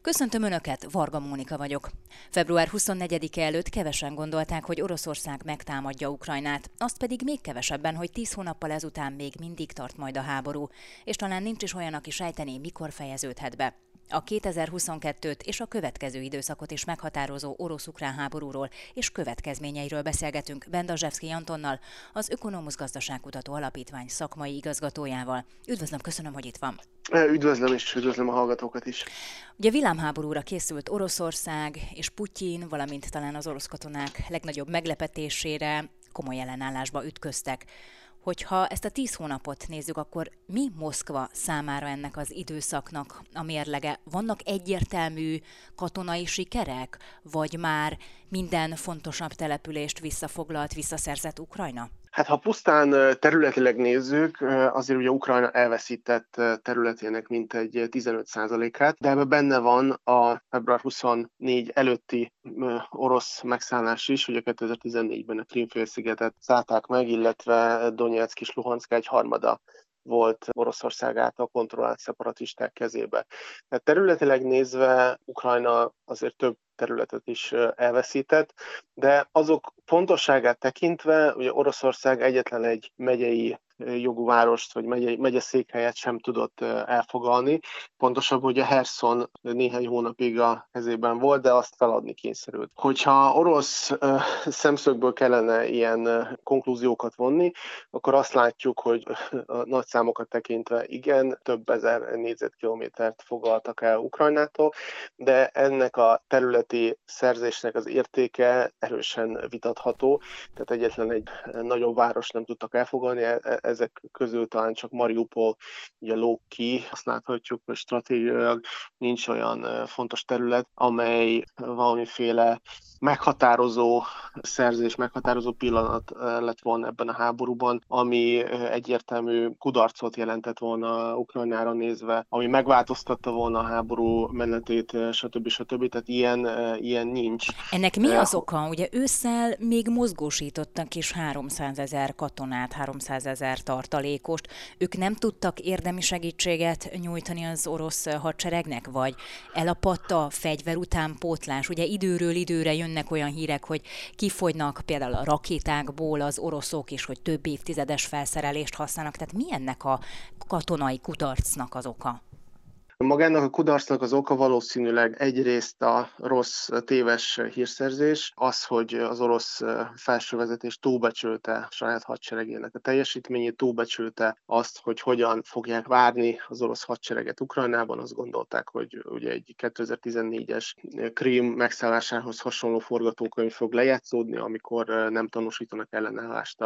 Köszöntöm Önöket, Varga Mónika vagyok. Február 24-e előtt kevesen gondolták, hogy Oroszország megtámadja Ukrajnát, azt pedig még kevesebben, hogy 10 hónappal ezután még mindig tart majd a háború, és talán nincs is olyan, aki sejtené, mikor fejeződhet be. A 2022-t és a következő időszakot is meghatározó orosz-ukrán háborúról és következményeiről beszélgetünk Bendazsevszky Antonnal, az Ökonomusz Gazdaságkutató Alapítvány szakmai igazgatójával. Üdvözlöm, köszönöm, hogy itt van. Üdvözlöm, és üdvözlöm a hallgatókat is. Ugye villámháborúra készült Oroszország és Putyin, valamint talán az orosz katonák legnagyobb meglepetésére komoly ellenállásba ütköztek. Hogyha ezt a 10 hónapot nézzük, akkor mi Moszkva számára ennek az időszaknak a mérlege? Vannak egyértelmű katonai sikerek, vagy már minden fontosabb települést visszaszerzett Ukrajna? Hát ha pusztán területileg nézzük, azért ugye Ukrajna elveszített területének mintegy 15%-át, de ebben benne van a február 24 előtti orosz megszállás is, ugye 2014-ben a Krím-félszigetet szállták meg, illetve Donyeck és Luhanszk egy harmada volt Oroszország által kontrollált szeparatisták kezébe. Tehát területileg nézve Ukrajna azért több területet is elveszített, de azok fontosságát tekintve, ugye Oroszország egyetlen egy megyei jogú várost, vagy megyeszékhelyet sem tudott elfoglalni. Pontosabb, hogy a Herson néhány hónapig a kezében volt, de azt feladni kényszerült. Hogyha orosz szemszögből kellene ilyen konklúziókat vonni, akkor azt látjuk, hogy a nagy számokat tekintve igen, több ezer négyzetkilométert foglaltak el Ukrajnától, de ennek a területi szerzésnek az értéke erősen vitatható, tehát egyetlen egy nagyobb város nem tudtak elfoglalni, ezek közül talán csak Mariupol ugye lóg ki. Azt láthatjuk, hogy stratégiailag nincs olyan fontos terület, amely valamiféle meghatározó szerzés, meghatározó pillanat lett volna ebben a háborúban, ami egyértelmű kudarcot jelentett volna Ukrajnára nézve, ami megváltoztatta volna a háború menetét, stb. Tehát ilyen nincs. Ennek mi az oka? Ugye ősszel még mozgósítottak is 300 000 katonát, 300 000 tartalékost. Ők nem tudtak érdemi segítséget nyújtani az orosz hadseregnek, vagy elapadt a fegyver utánpótlás? Ugye időről időre jönnek olyan hírek, hogy kifogynak például a rakétákból az oroszok, és hogy több évtizedes felszerelést használnak. Tehát mi ennek a katonai kudarcnak az oka? Magának a kudarcnak az oka valószínűleg egyrészt a rossz, téves hírszerzés, az, hogy az orosz felsővezetés túlbecsülte saját hadseregének a teljesítményét, túlbecsülte azt, hogy hogyan fogják várni az orosz hadsereget Ukrajnában. Azt gondolták, hogy ugye egy 2014-es Krím megszállásához hasonló forgatókönyv fog lejátszódni, amikor nem tanúsítanak ellenállást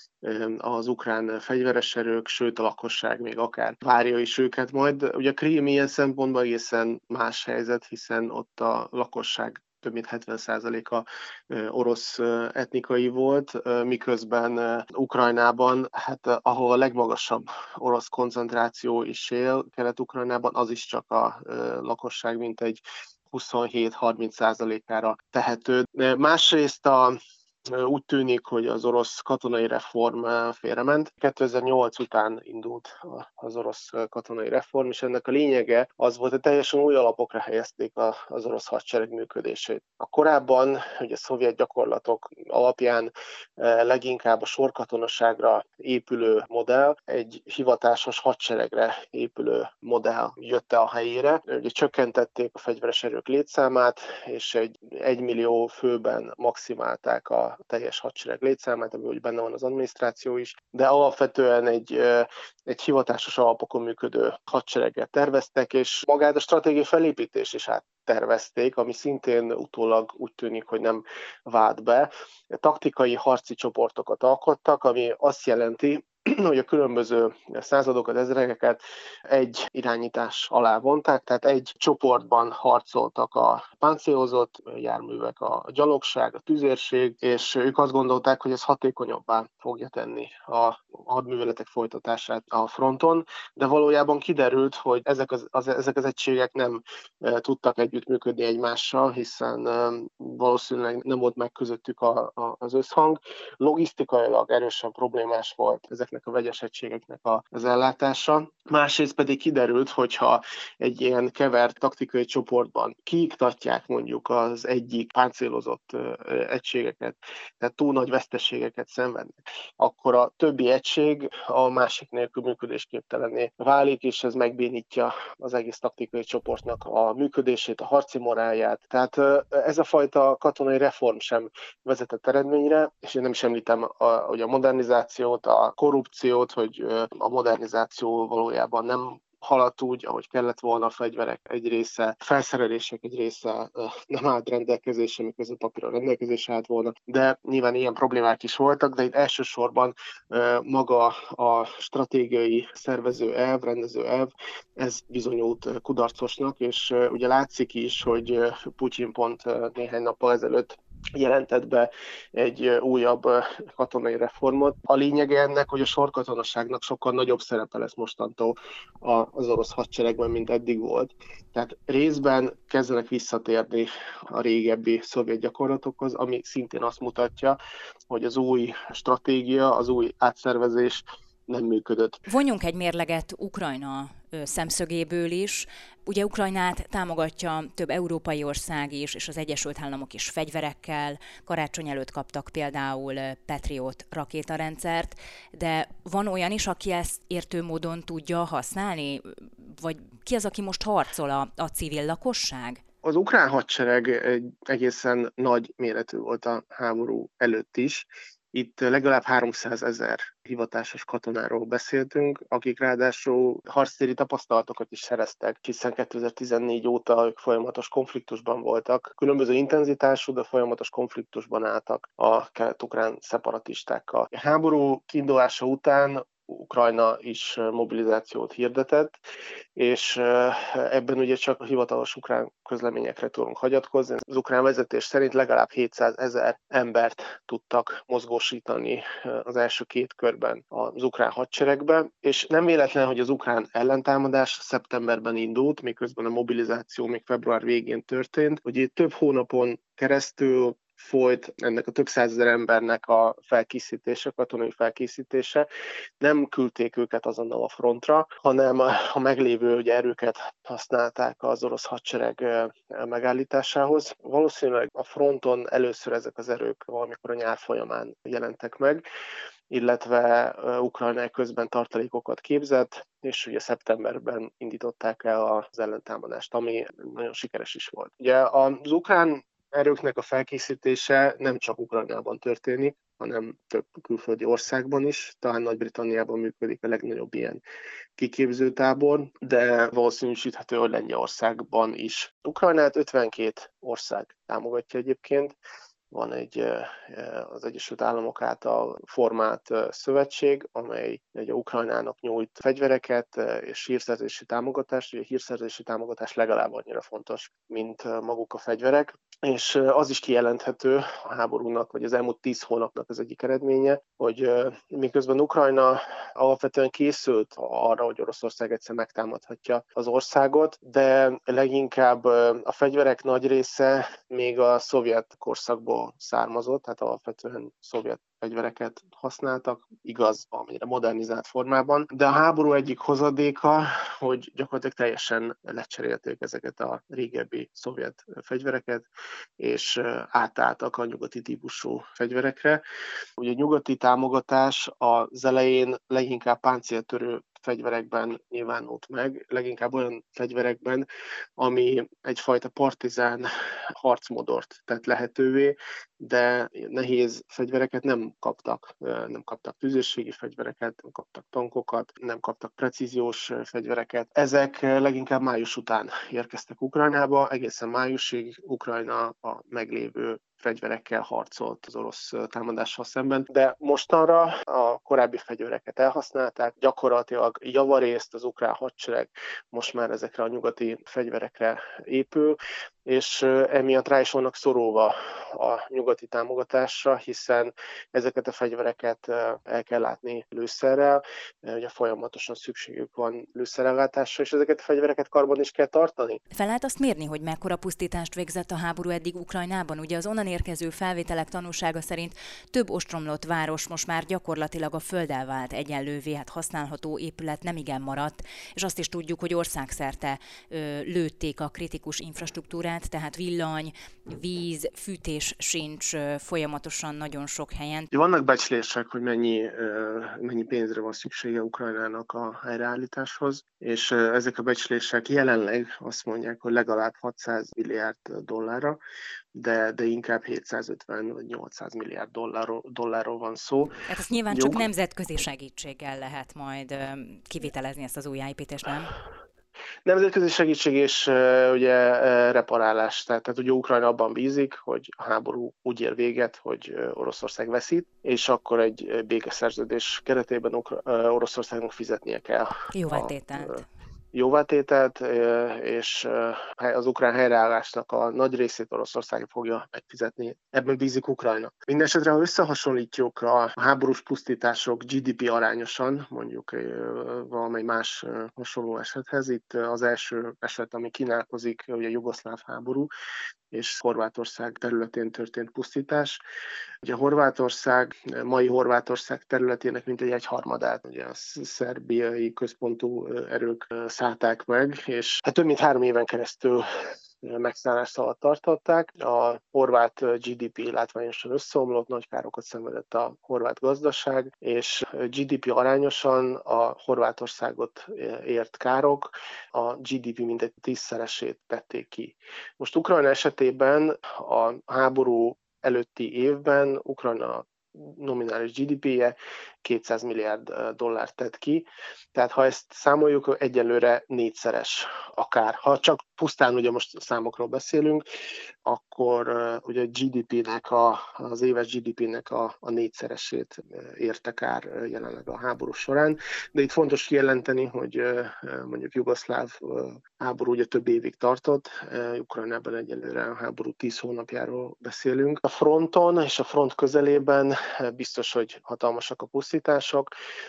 az ukrán fegyveres erők, sőt a lakosság még akár várja is őket majd. Ugye Krím ilyen szempontból egészen más helyzet, hiszen ott a lakosság több mint 70%-a orosz etnikai volt, miközben Ukrajnában, hát ahol a legmagasabb orosz koncentráció is él, Kelet-Ukrajnában, az is csak a lakosság mintegy 27-30%-ára tehető. Másrészt úgy tűnik, hogy az orosz katonai reform félrement. 2008 után indult az orosz katonai reform, és ennek a lényege az volt, hogy teljesen új alapokra helyezték az orosz hadsereg működését. A korábban, ugye a szovjet gyakorlatok alapján leginkább a sorkatonaságra épülő modell, egy hivatásos hadseregre épülő modell jött a helyére. Ugye csökkentették a fegyveres erők létszámát, és egy 1 millió főben maximálták a teljes hadsereg létszámát, amiben benne van az adminisztráció is, de alapvetően egy hivatásos alapokon működő hadsereget terveztek, és magát a stratégiai felépítés is áttervezték, ami szintén utólag úgy tűnik, hogy nem vált be. Taktikai harci csoportokat alkottak, ami azt jelenti, hogy a különböző századokat, ezredeket egy irányítás alá vonták, tehát egy csoportban harcoltak a páncélozott járművek, a gyalogság, a tüzérség, és ők azt gondolták, hogy ez hatékonyabbá fogja tenni a hadműveletek folytatását a fronton, de valójában kiderült, hogy ezek az egységek nem tudtak együttműködni egymással, hiszen valószínűleg nem volt meg közöttük az összhang. Logisztikailag erősen problémás volt ezeknek ezeknek a vegyes egységeknek az ellátása. Másrészt pedig kiderült, hogyha egy ilyen kevert taktikai csoportban kiiktatják mondjuk az egyik páncélozott egységeket, tehát túl nagy veszteségeket szenvednek, akkor a többi egység a másik nélkül működésképtelenné válik, és ez megbénítja az egész taktikai csoportnak a működését, a harci morálját. Tehát ez a fajta katonai reform sem vezetett eredményre, és én nem is említem hogy a modernizációt, a korrupciót, hogy a modernizáció valójában nem haladt úgy, ahogy kellett volna, a fegyverek egy része, felszerelések egy része nem állt rendelkezésre, miközben papíron rendelkezésre állt volna, de nyilván ilyen problémák is voltak, de itt elsősorban maga a stratégiai szervező elv, rendező elv, ez bizonyult kudarcosnak, és ugye látszik is, hogy Putyin pont néhány nappal ezelőtt jelentett be egy újabb katonai reformot. A lényege ennek, hogy a sorkatonaságnak sokkal nagyobb szerepe lesz mostantól az orosz hadseregben, mint eddig volt. Tehát részben kezdenek visszatérni a régebbi szovjet gyakorlatokhoz, ami szintén azt mutatja, hogy az új stratégia, az új átszervezés nem működött. Vonjunk egy mérleget Ukrajna szemszögéből is. Ugye Ukrajnát támogatja több európai ország is, és az Egyesült Államok is fegyverekkel. Karácsony előtt kaptak például Patriot rakétarendszert, de van olyan is, aki ezt értő módon tudja használni? Vagy ki az, aki most harcol, a civil lakosság? Az ukrán hadsereg egy egészen nagy méretű volt a háború előtt is. Itt legalább 300 000 hivatásos katonáról beszéltünk, akik ráadásul harctéri tapasztalatokat is szereztek, hiszen 2014 óta ők folyamatos konfliktusban voltak. Különböző intenzitású, de folyamatos konfliktusban álltak a kelet-ukrán szeparatistákkal. A háború kiindulása után Ukrajna is mobilizációt hirdetett, és ebben ugye csak a hivatalos ukrán közleményekre tudunk hagyatkozni. Az ukrán vezetés szerint legalább 700 000 embert tudtak mozgósítani az első 2 körben az ukrán hadseregbe, és nem véletlen, hogy az ukrán ellentámadás szeptemberben indult, miközben a mobilizáció még február végén történt, hogy itt több hónapon keresztül folyt ennek a több százezer embernek a felkészítése, katonai felkészítése. Nem küldték őket azonnal a frontra, hanem a meglévő erőket használták az orosz hadsereg megállításához. Valószínűleg a fronton először ezek az erők valamikor a nyár folyamán jelentek meg, illetve Ukrajna közben tartalékokat képzett, és ugye szeptemberben indították el az ellentámadást, ami nagyon sikeres is volt. Ugye az ukrán erőknek a felkészítése nem csak Ukrajnában történik, hanem több külföldi országban is. Talán Nagy-Britanniában működik a legnagyobb ilyen kiképzőtábor, de valószínűsíthető, hogy Lengyelországban is. Ukrajnát 52 ország támogatja egyébként. Van az Egyesült Államok által formált szövetség, amely ugye Ukrajnának nyújt fegyvereket és hírszerzési támogatást. Ugye a hírszerzési támogatás legalább annyira fontos, mint maguk a fegyverek. És az is kijelenthető a háborúnak, vagy az elmúlt 10 hónapnak az egyik eredménye, hogy miközben Ukrajna alapvetően készült arra, hogy Oroszország egyszer megtámadhatja az országot, de leginkább a fegyverek nagy része még a szovjet korszakból származott, tehát alapvetően szovjet fegyvereket használtak, igaz, amennyire modernizált formában, de a háború egyik hozadéka, hogy gyakorlatilag teljesen lecserélték ezeket a régebbi szovjet fegyvereket, és átálltak a nyugati típusú fegyverekre. Ugye a nyugati támogatás az elején leginkább páncéltörő fegyverekben nyilvánult meg, leginkább olyan fegyverekben, ami egyfajta partizán harcmodort tett lehetővé, de nehéz fegyvereket nem kaptak. Nem kaptak tüzérségi fegyvereket, nem kaptak tankokat, nem kaptak precíziós fegyvereket. Ezek leginkább május után érkeztek Ukrajnába, egészen májusig Ukrajna a meglévő fegyverekkel harcolt az orosz támadással szemben, de mostanra a korábbi fegyvereket elhasználták, gyakorlatilag javarészt az ukrán hadsereg most már ezekre a nyugati fegyverekre épül, és emiatt rá is vannak szorulva a nyugati támogatásra, hiszen ezeket a fegyvereket el kell látni lőszerrel, ugye folyamatosan szükségük van lőszerellátásra, és ezeket a fegyvereket karban is kell tartani. Fel lehet azt mérni, hogy mekkora pusztítást végzett a háború eddig Ukrajnában? Ugye az onnan érkező felvételek tanúsága szerint több ostromlott város most már gyakorlatilag a földdel vált egyenlővé, hát használható épület nemigen maradt, és azt is tudjuk, hogy országszerte lőtték a kritikus infrastruktúrát, tehát villany, víz, fűtés sincs folyamatosan nagyon sok helyen. Vannak becslések, hogy mennyi pénzre van szüksége Ukrajnának a helyreállításhoz, és ezek a becslések jelenleg azt mondják, hogy legalább 600 milliárd dollárra, de inkább 750 vagy 800 milliárd dollárról van szó. Hát ezt nyilván csak nemzetközi segítséggel lehet majd kivitelezni ezt az újjáépítést, nem? Nemzetközi segítség és ugye reparálás. Tehát ugye Ukrajna abban bízik, hogy a háború úgy ér véget, hogy Oroszország veszít, és akkor egy békeszerződés keretében Oroszországnak fizetnie kell jóvátételt, és az ukrán helyreállásnak a nagy részét Oroszország fogja megfizetni. Ebben bízik Ukrajna. Mindenesetre, ha összehasonlítjuk a háborús pusztítások GDP arányosan, mondjuk valamely más hasonló esethez, itt az első eset, ami kínálkozik, ugye a jugoszláv háború, és Horvátország területén történt pusztítás. Ugye mai Horvátország területének mintegy egyharmadát ugye a szerbiai központú erők szállták meg, és hát több mint 3 éven keresztül megszállás alatt tartották. A horvát GDP látványosan összeomlott, nagy károkat szenvedett a horvát gazdaság, és GDP arányosan a Horvátországot ért károk a GDP mintegy 10-szeresét tették ki. Most Ukrajna esetében a háború előtti évben Ukrajna nominális GDP-je 200 milliárd dollárt tett ki, tehát ha ezt számoljuk, egyelőre 4-szeres akár. Ha csak pusztán ugye most számokról beszélünk, akkor ugye az éves GDP-nek a 4-szeresét érte kár jelenleg a háború során, de itt fontos kijelenteni, hogy mondjuk jugoszláv háború ugye több évig tartott, Ukrajnában egyelőre a háború 10 hónapjáról beszélünk. A fronton és a front közelében biztos, hogy hatalmasak a pusztítások,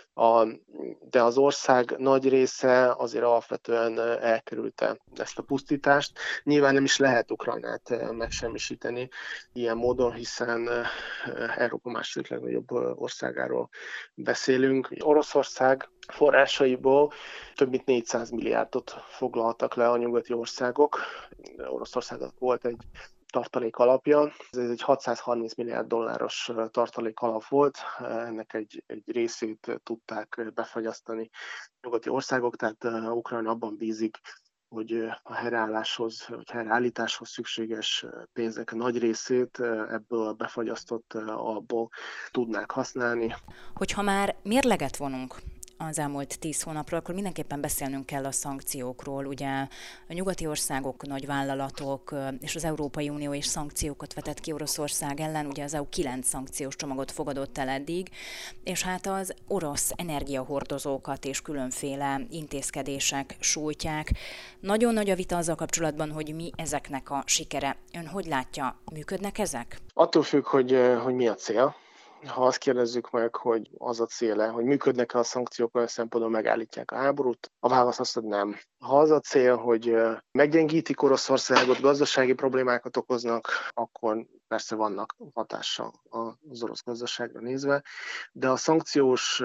de az ország nagy része azért alapvetően elkerülte ezt a pusztítást. Nyilván nem is lehet Ukrajnát megsemmisíteni ilyen módon, hiszen Európa második legnagyobb országáról beszélünk. Oroszország forrásaiból több mint 400 milliárdot foglaltak le a nyugati országok. Oroszországnak volt egy tartalék alapja. Ez egy 630 milliárd dolláros tartalék alap volt, ennek egy részét tudták befagyasztani nyugati országok, tehát Ukrajna abban bízik, hogy a helyreállításhoz szükséges pénzek nagy részét ebből a befagyasztott alapból tudnák használni. Hogyha már mérleget vonunk az elmúlt 10 hónapról, akkor mindenképpen beszélnünk kell a szankciókról. Ugye a nyugati országok, nagyvállalatok és az Európai Unió is szankciókat vetett ki Oroszország ellen, ugye az EU 9 szankciós csomagot fogadott el eddig, és hát az orosz energiahordozókat és különféle intézkedések sújtják. Nagyon nagy a vita azzal kapcsolatban, hogy mi ezeknek a sikere. Ön hogy látja, működnek ezek? Attól függ, hogy mi a cél. Ha azt kérdezzük meg, hogy az a céle, hogy működnek-e a szankciók olyan szempontból, megállítják a háborút, a válasz az, hogy nem. Ha az a cél, hogy meggyengítik Oroszországot, gazdasági problémákat okoznak, akkor persze vannak hatással az orosz gazdaságra nézve, de a szankciós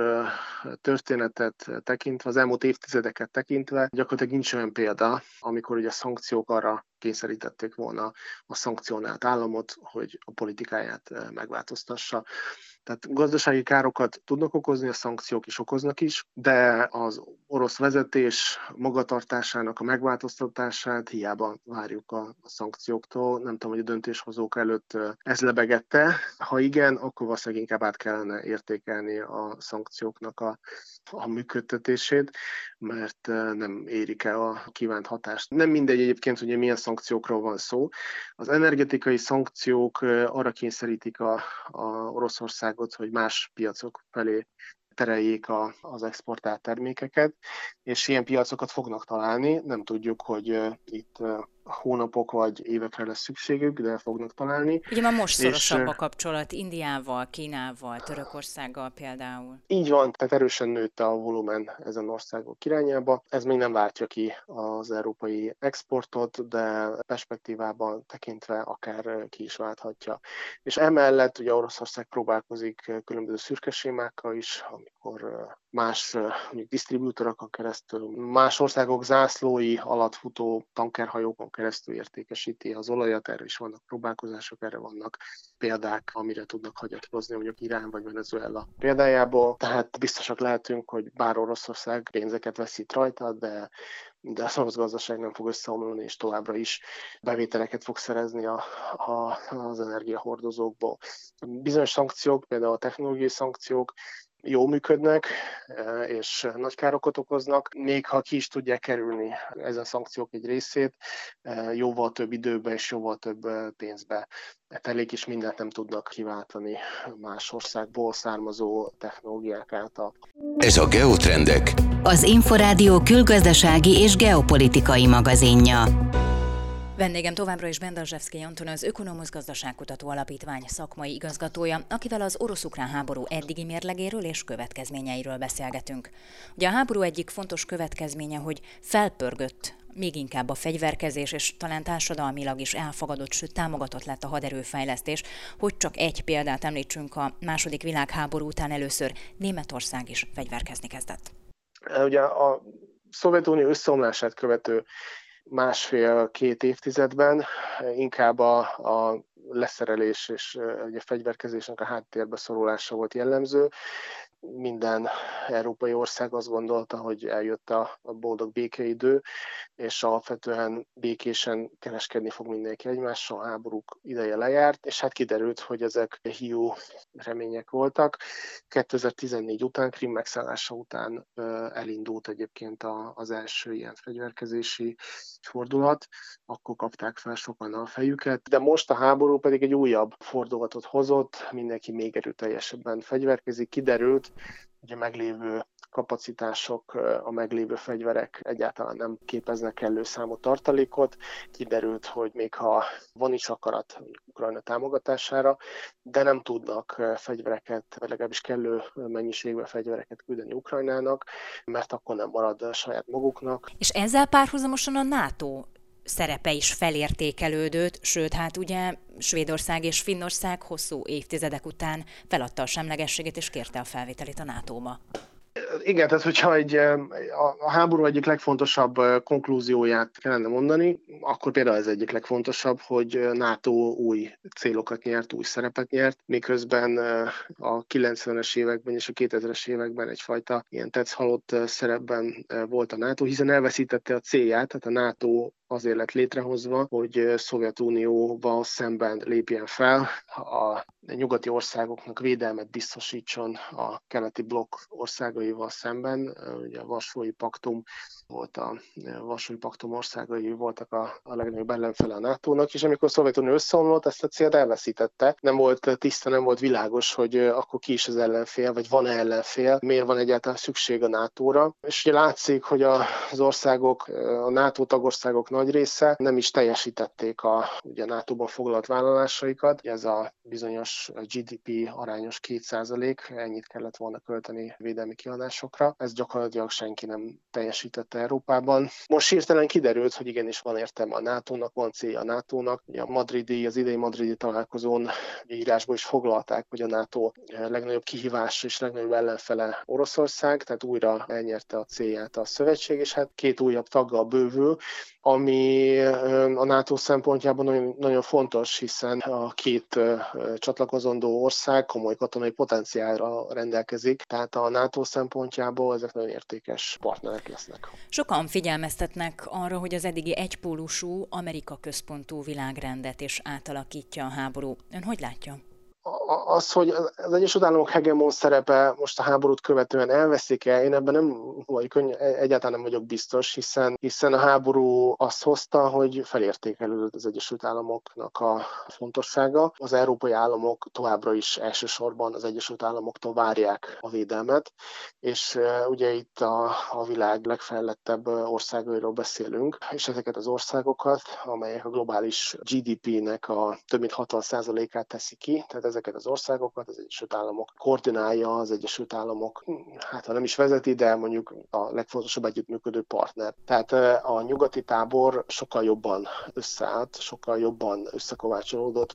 történetet tekintve, az elmúlt évtizedeket tekintve gyakorlatilag nincs olyan példa, amikor ugye a szankciók arra kényszerítették volna a szankcionált államot, hogy a politikáját megváltoztassa. Tehát gazdasági károkat tudnak okozni, a szankciók is okoznak is, de az orosz vezetés magatartásának a megváltoztatását hiába várjuk a szankcióktól. Nem tudom, hogy a döntéshozók előtt ez lebegette. Ha igen, akkor valószínűleg inkább át kellene értékelni a szankcióknak a működtetését, mert nem érik el a kívánt hatást. Nem mindegy egyébként, hogy milyen szankciókról van szó. Az energetikai szankciók arra kényszerítik a Oroszországot, hogy más piacok felé tereljék az exportált termékeket, és ilyen piacokat fognak találni. Nem tudjuk, hogy itt hónapok vagy évekre lesz szükségük, de fognak találni. Ugye már most szorosabb a kapcsolat Indiával, Kínával, Törökországgal például. Így van, tehát erősen nőtt a volumen ezen országok irányába. Ez még nem váltja ki az európai exportot, de perspektívában tekintve akár ki is válthatja. És emellett ugye Oroszország próbálkozik különböző szürke sémákkal is, amikor más disztribútorokon keresztül, más országok zászlói alatt futó tankerhajókon keresztül értékesíti az olajat, erre is vannak próbálkozások, erre vannak példák, amire tudnak hagyatkozni, mondjuk Irán vagy Venezuela példájából. Tehát biztosak lehetünk, hogy bár Oroszország pénzeket veszít rajta, de az orosz gazdaság nem fog összeomlani, és továbbra is bevételeket fog szerezni az energiahordozókból. Bizonyos szankciók, például a technológiai szankciók jól működnek, és nagy károkat okoznak, még ha ki is tudják kerülni ezen szankciók egy részét, jóval több időbe és jóval több pénzbe telik, és mindent nem tudnak kiváltani más országból származó technológiák által. Ez a Geotrendek, az Inforádió külgazdasági és geopolitikai magazinja. Vendégem továbbra is Bendazsevszky Anton, az Ökonomusz Gazdaságkutató Alapítvány szakmai igazgatója, akivel az orosz-ukrán háború eddigi mérlegéről és következményeiről beszélgetünk. Ugye a háború egyik fontos következménye, hogy felpörgött még inkább a fegyverkezés, és talán társadalmilag is elfogadott, sőt támogatott lett a haderőfejlesztés. Hogy csak egy példát említsünk, a második világháború után először Németország is fegyverkezni kezdett. Ugye a Szovjetunió összeomlását követő 1,5-2 évtizedben inkább a leszerelés és a fegyverkezésnek a háttérbe szorulása volt jellemző. Minden európai ország azt gondolta, hogy eljött a boldog békeidő, és alapvetően békésen kereskedni fog mindenki egymással, a háborúk ideje lejárt, és hát kiderült, hogy ezek hiú remények voltak. 2014 után, Krim megszállása után elindult egyébként az első ilyen fegyverkezési fordulat, akkor kapták fel sokan a fejüket, de most a háború pedig egy újabb fordulatot hozott, mindenki még erőteljesebben fegyverkezik, kiderült, hogy a meglévő kapacitások, a meglévő fegyverek egyáltalán nem képeznek kellő számú tartalékot. Kiderült, hogy még ha van is akarat Ukrajna támogatására, de nem tudnak fegyvereket, vagy legalábbis kellő mennyiségben fegyvereket küldeni Ukrajnának, mert akkor nem marad saját maguknak. És ezzel párhuzamosan a NATO szerepe is felértékelődött, sőt, hát ugye Svédország és Finnország hosszú évtizedek után feladta a semlegességét és kérte a felvételét a NATO-ba. Igen, tehát hogyha a háború egyik legfontosabb konklúzióját kellene mondani, akkor például ez egyik legfontosabb, hogy NATO új célokat nyert, új szerepet nyert, miközben a 90-es években és a 2000-es években egyfajta ilyen tetszhalott szerepben volt a NATO, hiszen elveszítette a célját, tehát a NATO azért lett létrehozva, hogy Szovjetunióval szemben lépjen fel, a nyugati országoknak védelmet biztosítson a keleti blokk országaival szemben. Ugye a Varsói Paktum volt, a Varsói Paktum országai voltak a legnagyobb ellenfele a NATO-nak, és amikor a Szovjetunió összeomlott, ezt a célt elveszítette. Nem volt tiszta, nem volt világos, hogy akkor ki is az ellenfél, vagy van-e ellenfél, miért van egyáltalán szükség a NATO-ra. És ugye látszik, hogy az országok, a NATO tagországok nagy része nem is teljesítették ugye a NATO-ban foglalt vállalásaikat. Ez a bizonyos GDP arányos 2%, ennyit kellett volna költeni védelmi kiadásokra. Ez gyakorlatilag senki nem teljesítette Európában. Most hirtelen kiderült, hogy igenis van értelme a NATO-nak, van célja a NATO-nak. Az idei madridi találkozón írásból is foglalták, hogy a NATO legnagyobb kihívás és legnagyobb ellenfele Oroszország, tehát újra elnyerte a célját a szövetség, és hát 2 újabb taggal bővül, ami a NATO szempontjában nagyon, nagyon fontos, hiszen a 2 csatlakozandó ország komoly katonai potenciálra rendelkezik, tehát a NATO szempontjából ezek nagyon értékes partnerek lesznek. Sokan figyelmeztetnek arra, hogy az eddigi egypólusú, Amerika központú világrendet is átalakítja a háború. Ön hogy látja? Az, hogy az Egyesült Államok hegemon szerepe most a háborút követően elveszik-e, én ebben nem vagyok egyáltalán nem vagyok biztos, hiszen a háború azt hozta, hogy felértékelődött az Egyesült Államoknak a fontossága. Az európai államok továbbra is elsősorban az Egyesült Államoktól várják a védelmet, és ugye itt a világ legfejlettebb országairól beszélünk, és ezeket az országokat, amelyek a globális GDP-nek a több mint 60%-át teszi ki, tehát ezeket az országokat az Egyesült Államok koordinálja, az Egyesült Államok, hát ha nem is vezeti, de mondjuk a legfontosabb együttműködő partner. Tehát a nyugati tábor sokkal jobban összeállt, sokkal jobban összekovácsolódott,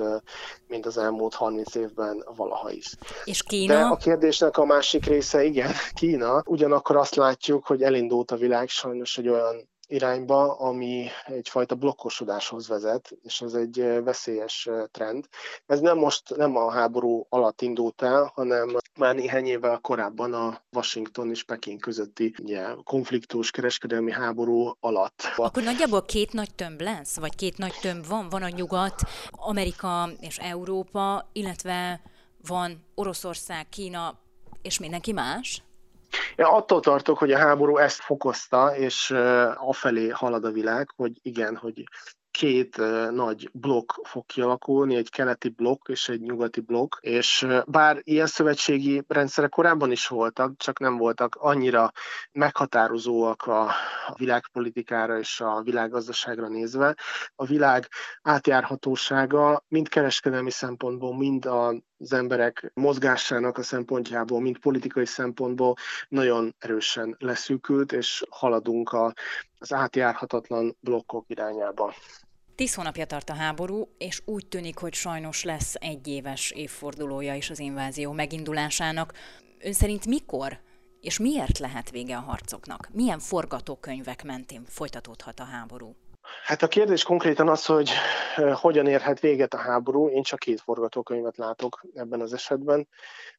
mint az elmúlt 30 évben valaha is. És Kína? De a kérdésnek a másik része, igen, Kína. Ugyanakkor azt látjuk, hogy elindult a világ sajnos egy olyan irányba, ami egyfajta blokkosodáshoz vezet, és ez egy veszélyes trend. Ez nem a háború alatt indult el, hanem már néhány évvel korábban a Washington és Peking közötti konfliktus, kereskedelmi háború alatt. Akkor nagyjából két nagy tömb lesz? Vagy két nagy tömb van? Van a Nyugat, Amerika és Európa, illetve van Oroszország, Kína és mindenki más? Én attól tartok, hogy a háború ezt fokozta, és afelé halad a világ, hogy igen, hogy két nagy blokk fog kialakulni, egy keleti blokk és egy nyugati blokk, és bár ilyen szövetségi rendszerek korábban is voltak, csak nem voltak annyira meghatározóak a világpolitikára és a világgazdaságra nézve, a világ átjárhatósága mind kereskedelmi szempontból, mind az emberek mozgásának a szempontjából, mind politikai szempontból nagyon erősen leszűkült, és haladunk az átjárhatatlan blokkok irányába. 10 hónapja tart a háború, és úgy tűnik, hogy sajnos lesz egyéves évfordulója is az invázió megindulásának. Ön szerint mikor és miért lehet vége a harcoknak? Milyen forgatókönyvek mentén folytatódhat a háború? Hát a kérdés konkrétan az, hogy hogyan érhet véget a háború. Én csak két forgatókönyvet látok ebben az esetben.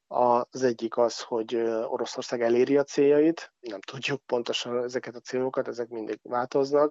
Az egyik az, hogy Oroszország eléri a céljait. Nem tudjuk pontosan ezeket a célokat, ezek mindig változnak,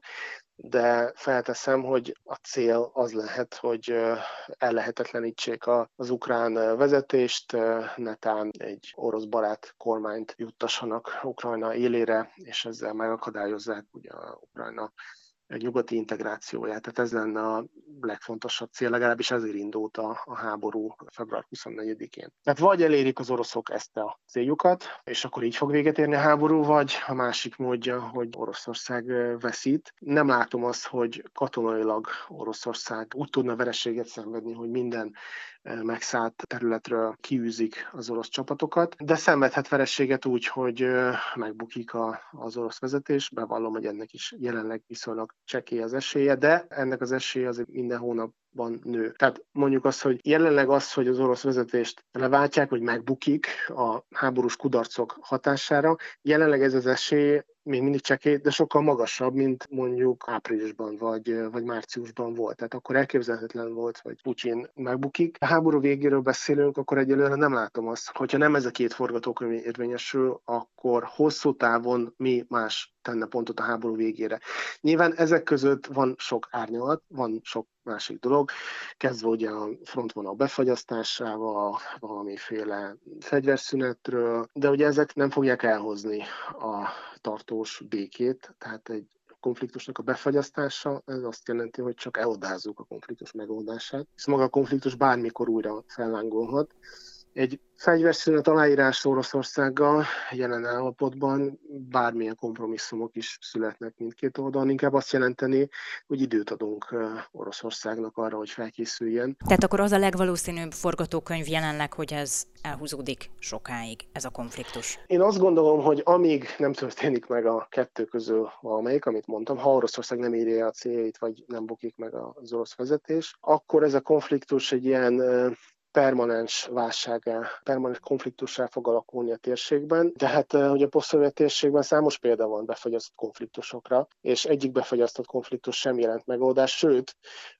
de felteszem, hogy a cél az lehet, hogy ellehetetlenítsék az ukrán vezetést, netán egy orosz barát kormányt juttassanak Ukrajna élére, és ezzel megakadályozzák ugye a Ukrajna nyugati integrációját. Tehát ez lenne a legfontosabb cél, legalábbis ezért indult a háború február 24-én. Tehát vagy elérik az oroszok ezt a céljukat, és akkor így fog véget érni a háború, vagy a másik módja, hogy Oroszország veszít. Nem látom azt, hogy katonailag Oroszország úgy tudna vereséget szenvedni, hogy minden megszállt területről kiűzik az orosz csapatokat, de szenvedhet vereséget úgy, hogy megbukik az orosz vezetés. Bevallom, hogy ennek is jelenleg viszonylag csekély az esélye, de ennek az esélye azért minden hónapban nő. Tehát mondjuk azt, hogy jelenleg az, hogy az orosz vezetést leváltják, vagy megbukik a háborús kudarcok hatására, jelenleg ez az esély még mindig csekély, de sokkal magasabb, mint mondjuk áprilisban vagy márciusban volt. Tehát akkor elképzelhetetlen volt, hogy Putyin megbukik. A háború végéről beszélünk, akkor egyelőre nem látom azt, hogyha nem ez a két forgatókönyv érvényesül, akkor hosszú távon mi más tenne pontot a háború végére. Nyilván ezek között van sok árnyalat, van sok másik dolog, kezdve ugye a frontvonal befagyasztásával, valamiféle fegyverszünetről, de ugye ezek nem fogják elhozni a tartós békét, tehát egy konfliktusnak a befagyasztása, ez azt jelenti, hogy csak elodázzuk a konfliktus megoldását, hisz maga a konfliktus bármikor újra fellángolhat. Egy fegyverszünet aláírása Oroszországgal jelen állapotban bármilyen kompromisszumok is születnek mindkét oldalon, inkább azt jelenteni, hogy időt adunk Oroszországnak arra, hogy felkészüljen. Tehát akkor az a legvalószínűbb forgatókönyv jelenleg, hogy ez elhúzódik sokáig, ez a konfliktus. Én azt gondolom, hogy amíg nem történik meg a kettő közül valamelyik, amit mondtam, ha Oroszország nem éri el a céljait, vagy nem bukik meg az orosz vezetés, akkor ez a konfliktus egy ilyen permanens válsággá, permanens konfliktussá fog alakulni a térségben. De hát ugye a posztszovjet térségben számos példa van befagyasztott konfliktusokra, és egyik befagyasztott konfliktus sem jelent megoldást, sőt,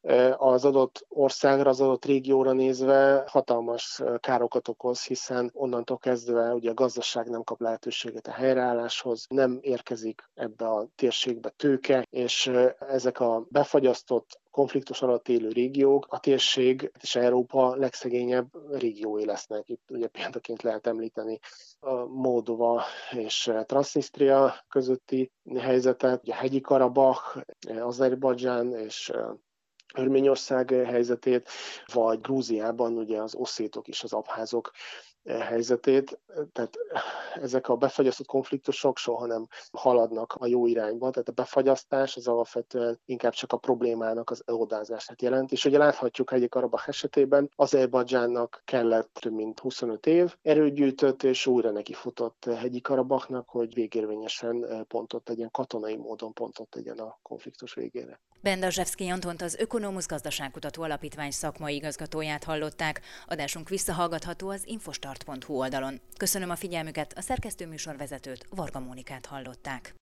az adott országra, az adott régióra nézve hatalmas károkat okoz, hiszen onnantól kezdve ugye a gazdaság nem kap lehetőséget a helyreálláshoz, nem érkezik ebbe a térségbe tőke, és ezek a befagyasztott konfliktus alatt élő régiók, a térség és Európa legszegényebb régiói lesznek. Itt ugye példaként lehet említeni a Moldova és Transznistria közötti helyzetet, ugye Hegyi Karabach, Azerbajdzsán és Örményország helyzetét, vagy Grúziában ugye az oszétok és az abházok helyzetét. Tehát ezek a befagyasztott konfliktusok soha nem haladnak a jó irányba, tehát a befagyasztás az alapvetően inkább csak a problémának az eldázását jelent. És ugye láthatjuk Hegyi Karabach esetében, Azerbajdzsánnak kellett több mint 25 év, erőt gyűjtött és újra nekifutott Hegyi Karabachnak, hogy végérvényesen pontot tegyen, katonai módon pontot tegyen a konfliktus végére. Bendazsevszky Antont, az Ökonomusz Gazdaságkutató Alapítvány szakmai igazgatóját hallották. Adásunk visszahallgatható az infostart.hu oldalon. Köszönöm a figyelmüket, a szerkesztőműsorvezetőt, Varga Mónikát hallották.